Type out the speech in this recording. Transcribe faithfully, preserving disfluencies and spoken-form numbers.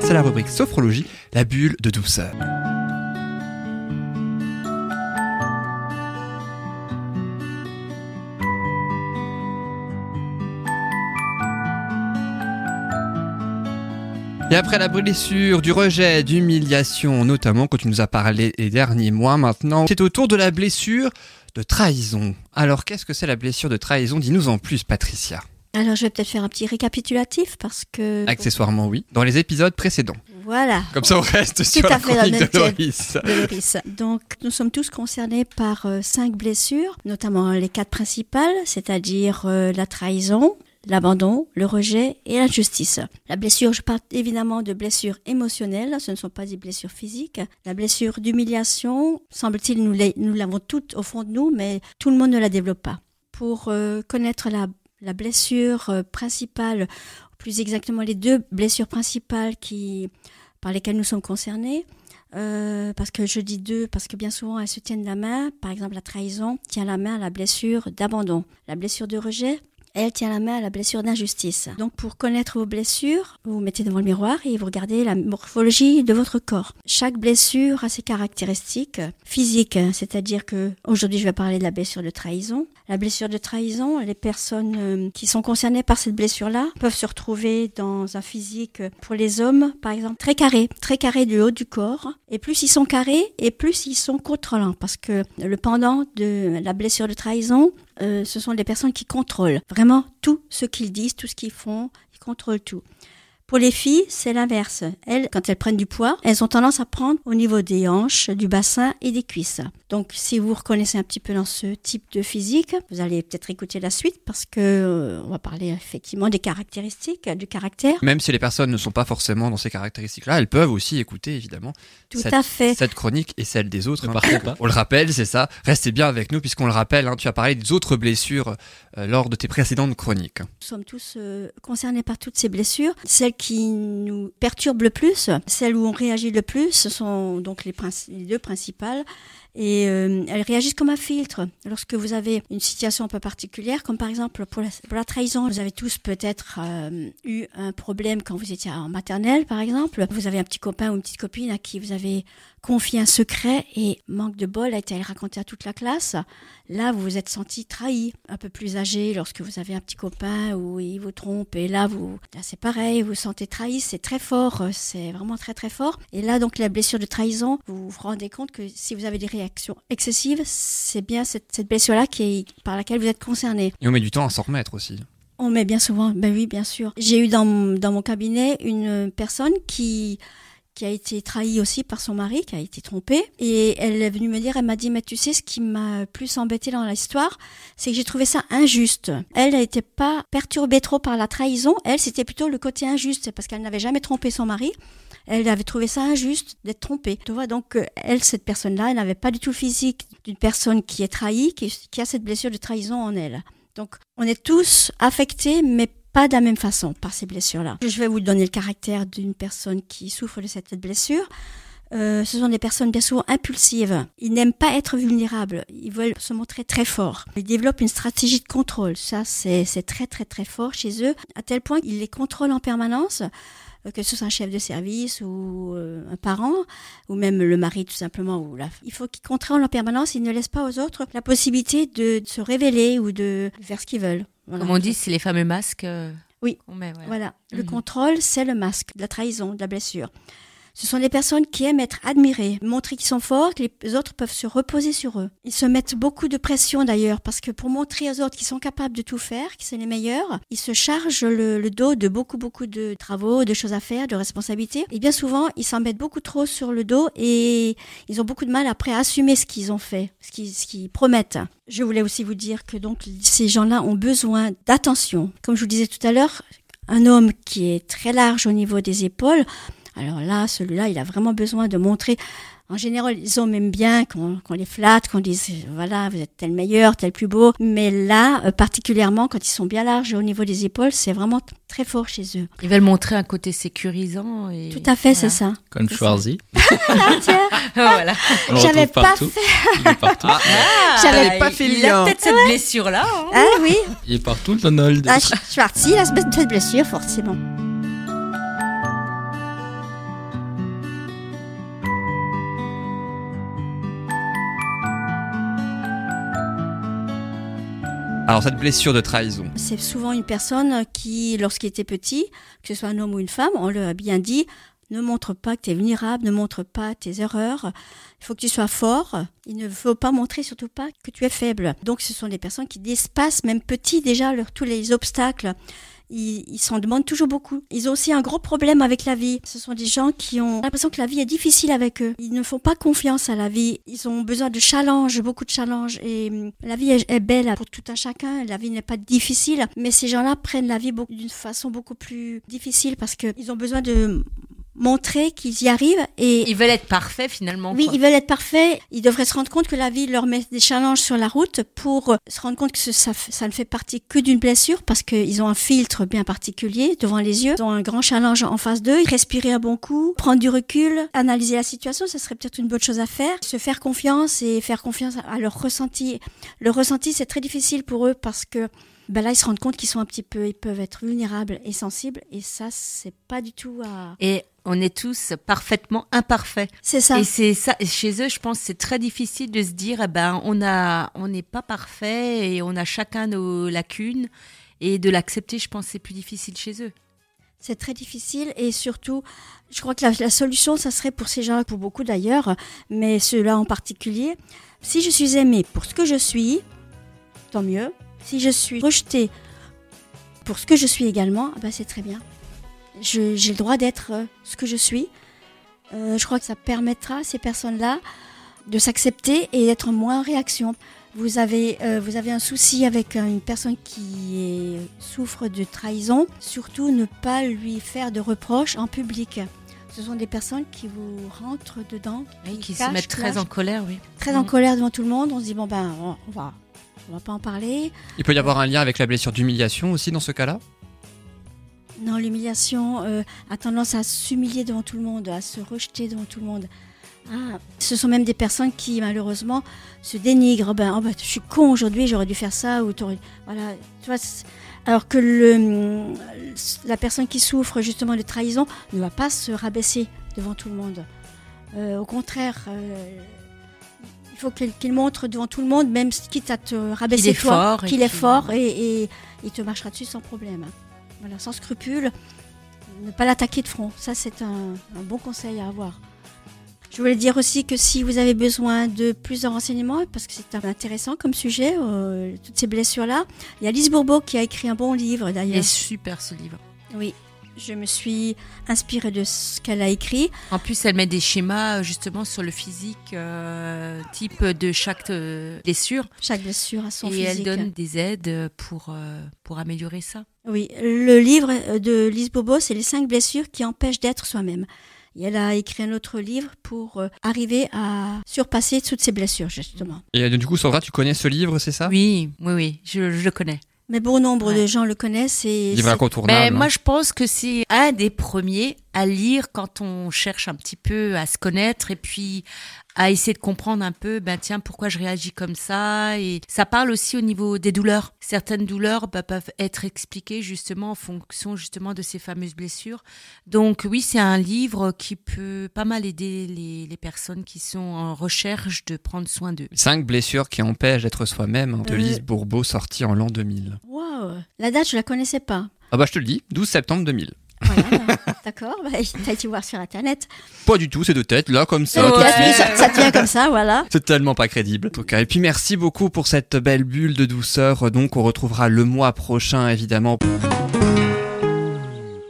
c'est la rubrique sophrologie, la bulle de douceur. Et après la blessure, du rejet, d'humiliation, notamment quand tu nous as parlé les derniers mois maintenant, c'est au tour de la blessure de trahison. Alors qu'est-ce que c'est la blessure de trahison ? Dis-nous en plus, Patricia. Alors je vais peut-être faire un petit récapitulatif parce que... Accessoirement oui, dans les épisodes précédents. Voilà. Comme ça on reste sur Tout la à fait chronique la de Loris. de Loris. Donc nous sommes tous concernés par euh, cinq blessures, notamment les quatre principales, c'est-à-dire euh, la trahison, l'abandon, le rejet et l'injustice. La blessure, je parle évidemment de blessures émotionnelles, ce ne sont pas des blessures physiques. La blessure d'humiliation, semble-t-il, nous, nous l'avons toutes au fond de nous, mais tout le monde ne la développe pas. Pour euh, connaître la, la blessure euh, principale, plus exactement les deux blessures principales qui, par lesquelles nous sommes concernés, euh, parce que je dis deux, parce que bien souvent elles se tiennent la main. Par exemple, la trahison tient la main à la blessure d'abandon. La blessure de rejet, elle tient la main à la blessure d'injustice. Donc pour connaître vos blessures, vous vous mettez devant le miroir et vous regardez la morphologie de votre corps. Chaque blessure a ses caractéristiques physiques, c'est-à-dire que aujourd'hui je vais parler de la blessure de trahison. La blessure de trahison, les personnes euh, qui sont concernées par cette blessure-là peuvent se retrouver dans un physique, pour les hommes par exemple, très carré, très carré du haut du corps. Et plus ils sont carrés, et plus ils sont contrôlants, parce que le pendant de la blessure de trahison, Euh, ce sont des personnes qui contrôlent vraiment tout ce qu'ils disent, tout ce qu'ils font, ils contrôlent tout. Pour les filles, c'est l'inverse. Elles, quand elles prennent du poids, elles ont tendance à prendre au niveau des hanches, du bassin et des cuisses. Donc, si vous reconnaissez un petit peu dans ce type de physique, vous allez peut-être écouter la suite parce que euh, on va parler effectivement des caractéristiques, du caractère. Même si les personnes ne sont pas forcément dans ces caractéristiques-là, elles peuvent aussi écouter évidemment Tout cette, à fait. cette chronique et celle des autres. Ne Hein. partez pas. On le rappelle, c'est ça. Restez bien avec nous puisqu'on le rappelle. Hein, tu as parlé des autres blessures euh, lors de tes précédentes chroniques. Nous sommes tous euh, concernés par toutes ces blessures. Celles qui nous perturbent le plus, celles où on réagit le plus, ce sont donc les, princi- les deux principales. Et euh, elles réagissent comme un filtre. Lorsque vous avez une situation un peu particulière, comme par exemple pour la, pour la trahison, vous avez tous peut-être euh, eu un problème quand vous étiez en maternelle, par exemple. Vous avez un petit copain ou une petite copine à qui vous avez confié un secret et manque de bol a été à le raconter à toute la classe. Là, vous vous êtes senti trahi, un peu plus âgé lorsque vous avez un petit copain où il vous trompe. Et là, vous, là, c'est pareil, vous vous sentez trahi, c'est très fort, c'est vraiment très très fort. Et là, donc, la blessure de trahison, vous vous rendez compte que si vous avez des réactions excessives, c'est bien cette, cette blessure-là qui est, par laquelle vous êtes concerné. Et on met du temps à s'en remettre aussi. On met bien souvent, ben oui, bien sûr. J'ai eu dans, dans mon cabinet une personne qui... qui a été trahie aussi par son mari, qui a été trompée. Et elle est venue me dire, elle m'a dit, mais tu sais, ce qui m'a plus embêtée dans l'histoire, c'est que j'ai trouvé ça injuste. Elle n'était pas perturbée trop par la trahison, elle, c'était plutôt le côté injuste, parce qu'elle n'avait jamais trompé son mari. Elle avait trouvé ça injuste d'être trompée. Tu vois, donc elle, cette personne-là, elle n'avait pas du tout le physique d'une personne qui est trahie, qui, qui a cette blessure de trahison en elle. Donc, on est tous affectés, mais pas de la même façon par ces blessures-là. Je vais vous donner le caractère d'une personne qui souffre de cette blessure. Euh, ce sont des personnes bien souvent impulsives. Ils n'aiment pas être vulnérables. Ils veulent se montrer très forts. Ils développent une stratégie de contrôle. Ça, c'est, c'est très, très, très fort chez eux, à tel point qu'ils les contrôlent en permanence, euh, que ce soit un chef de service ou euh, un parent, ou même le mari tout simplement. Ou la... Il faut qu'ils contrôlent en permanence. Ils ne laissent pas aux autres la possibilité de, de se révéler ou de faire ce qu'ils veulent. Voilà. Comme on dit, c'est les fameux masques euh, oui. qu'on met. Voilà. voilà. Le Mmh. contrôle, c'est le masque de la trahison, de la blessure. Ce sont des personnes qui aiment être admirées, montrer qu'ils sont forts, que les autres peuvent se reposer sur eux. Ils se mettent beaucoup de pression d'ailleurs, parce que pour montrer aux autres qu'ils sont capables de tout faire, qu'ils sont les meilleurs, ils se chargent le, le dos de beaucoup, beaucoup de travaux, de choses à faire, de responsabilités. Et bien souvent, ils s'en mettent beaucoup trop sur le dos et ils ont beaucoup de mal après à assumer ce qu'ils ont fait, ce qu'ils, ce qu'ils promettent. Je voulais aussi vous dire que donc ces gens-là ont besoin d'attention. Comme je vous disais tout à l'heure, un homme qui est très large au niveau des épaules, alors là, celui-là, il a vraiment besoin de montrer. En général, les hommes aiment bien qu'on, qu'on les flatte, qu'on dise voilà, vous êtes tel meilleur, tel plus beau. Mais là, euh, particulièrement, quand ils sont bien larges au niveau des épaules, c'est vraiment t- très fort chez eux. Ils veulent montrer un côté sécurisant. Et... Tout à fait, voilà. c'est ça. Comme Schwarzy. Voilà, tiens, voilà. On le j'avais retrouve pas partout. fait. Il est partout. Ah, J'avais t'avais pas il, fait le il a lien. peut-être cette blessure-là. Hein. Ah oui, Il est partout, le Donald. ah, Schwarzy, il a cette blessure, forcément. Alors cette blessure de trahison, C'est souvent une personne qui, lorsqu'il était petit, que ce soit un homme ou une femme, on lui a bien dit, ne montre pas que tu es vulnérable, ne montre pas tes erreurs, il faut que tu sois fort, il ne faut pas montrer surtout pas que tu es faible. Donc ce sont des personnes qui dépassent, même petits déjà, leur, tous les obstacles. Ils, ils s'en demandent toujours beaucoup. Ils ont aussi un gros problème avec la vie. Ce sont des gens qui ont l'impression que la vie est difficile avec eux. Ils ne font pas confiance à la vie. Ils ont besoin de challenges, beaucoup de challenges. Et hum, la vie est, est belle pour tout un chacun. La vie n'est pas difficile. Mais ces gens-là prennent la vie beaucoup, d'une façon beaucoup plus difficile parce qu'ils ont besoin de montrer qu'ils y arrivent. Et Ils veulent être parfaits finalement. oui, quoi. ils veulent être parfaits. Ils devraient se rendre compte que la vie leur met des challenges sur la route pour se rendre compte que ce- ça, f- ça ne fait partie que d'une blessure parce qu'ils ont un filtre bien particulier devant les yeux. Ils ont un grand challenge en face d'eux. Respirer un bon coup, prendre du recul, analyser la situation, ça serait peut-être une bonne chose à faire. Se faire confiance et faire confiance à leur ressenti. Le ressenti, c'est très difficile pour eux parce que ben là, ils se rendent compte qu'ils sont un petit peu, ils peuvent être vulnérables et sensibles et ça, c'est pas du tout à... Et on est tous parfaitement imparfaits. C'est ça. Et c'est ça. Et chez eux, je pense, que c'est très difficile de se dire, eh ben, on a, on n'est pas parfait et on a chacun nos lacunes. Et de l'accepter, je pense, que c'est plus difficile chez eux. C'est très difficile et surtout, je crois que la, la solution, ça serait pour ces gens, pour beaucoup d'ailleurs, mais ceux-là en particulier. Si je suis aimée pour ce que je suis, tant mieux. Si je suis rejetée pour ce que je suis également, ah ben c'est très bien. Je, j'ai le droit d'être euh, ce que je suis. Euh, je crois que ça permettra à ces personnes-là de s'accepter et d'être moins en réaction. Vous avez, euh, vous avez un souci avec euh, une personne qui est, souffre de trahison, surtout ne pas lui faire de reproches en public. Ce sont des personnes qui vous rentrent dedans, Oui, qui se cachent, mettent très clashent, en colère, oui. très en Mhm. colère devant tout le monde. On se dit bon ben on, on va, on va pas en parler. il peut y avoir un lien avec la blessure d'humiliation aussi dans ce cas-là? Non, l'humiliation euh, a tendance à s'humilier devant tout le monde, à se rejeter devant tout le monde. Ah, ce sont même des personnes qui malheureusement se dénigrent. Ben, oh ben, je suis con aujourd'hui, j'aurais dû faire ça ou t'aurais- voilà. Tu vois, c'est- alors que le, la personne qui souffre justement de trahison ne va pas se rabaisser devant tout le monde. Euh, au contraire, euh, il faut qu'il, qu'il montre devant tout le monde, même quitte à te rabaisser Qu'il est toi, fort et qu'il est qu'il- fort et, et il te marchera dessus sans problème. Voilà, sans scrupule, ne pas l'attaquer de front. Ça, c'est un, un bon conseil à avoir. Je voulais dire aussi que si vous avez besoin de plus de renseignements, parce que c'est intéressant comme sujet, euh, toutes ces blessures-là, il y a Lise Bourbeau qui a écrit un bon livre Il d'ailleurs. est super ce livre. Oui, je me suis inspirée de ce qu'elle a écrit. En plus, elle met des schémas justement sur le physique, euh, type de chaque euh, blessure. Chaque blessure a son Et physique. elle donne des aides pour, euh, pour améliorer ça. Oui, le livre de Lise Bourbeau, c'est les cinq blessures qui empêchent d'être soi-même. Et elle a écrit un autre livre pour euh, arriver à surpasser toutes ces blessures, justement. Et euh, du coup, Sandra, tu connais ce livre, c'est ça? Oui, oui, oui, je, je le connais. Mais bon nombre Ouais. de gens le connaissent et Livre c'est- incontournable. Mais moi, je pense que c'est un des premiers à lire quand on cherche un petit peu à se connaître et puis à essayer de comprendre un peu, ben tiens, pourquoi je réagis comme ça. Et ça parle aussi au niveau des douleurs. Certaines douleurs bah, peuvent être expliquées justement en fonction justement de ces fameuses blessures. Donc oui, c'est un livre qui peut pas mal aider les, les personnes qui sont en recherche de prendre soin d'eux. Cinq blessures qui empêchent d'être soi-même, hein, de Euh. Lise Bourbeau, sorti en l'an deux mille. Waouh, la date, je la connaissais pas. Ah bah je te le dis, douze septembre deux mille. Voilà, d'accord, bah, t'as été voir sur Internet. Pas du tout, c'est de tête, là, comme ça, Ouais. tout de Ça, suite. ça, ça tient comme ça, voilà. C'est tellement pas crédible. En tout cas. Et puis merci beaucoup pour cette belle bulle de douceur. Donc on retrouvera le mois prochain, évidemment.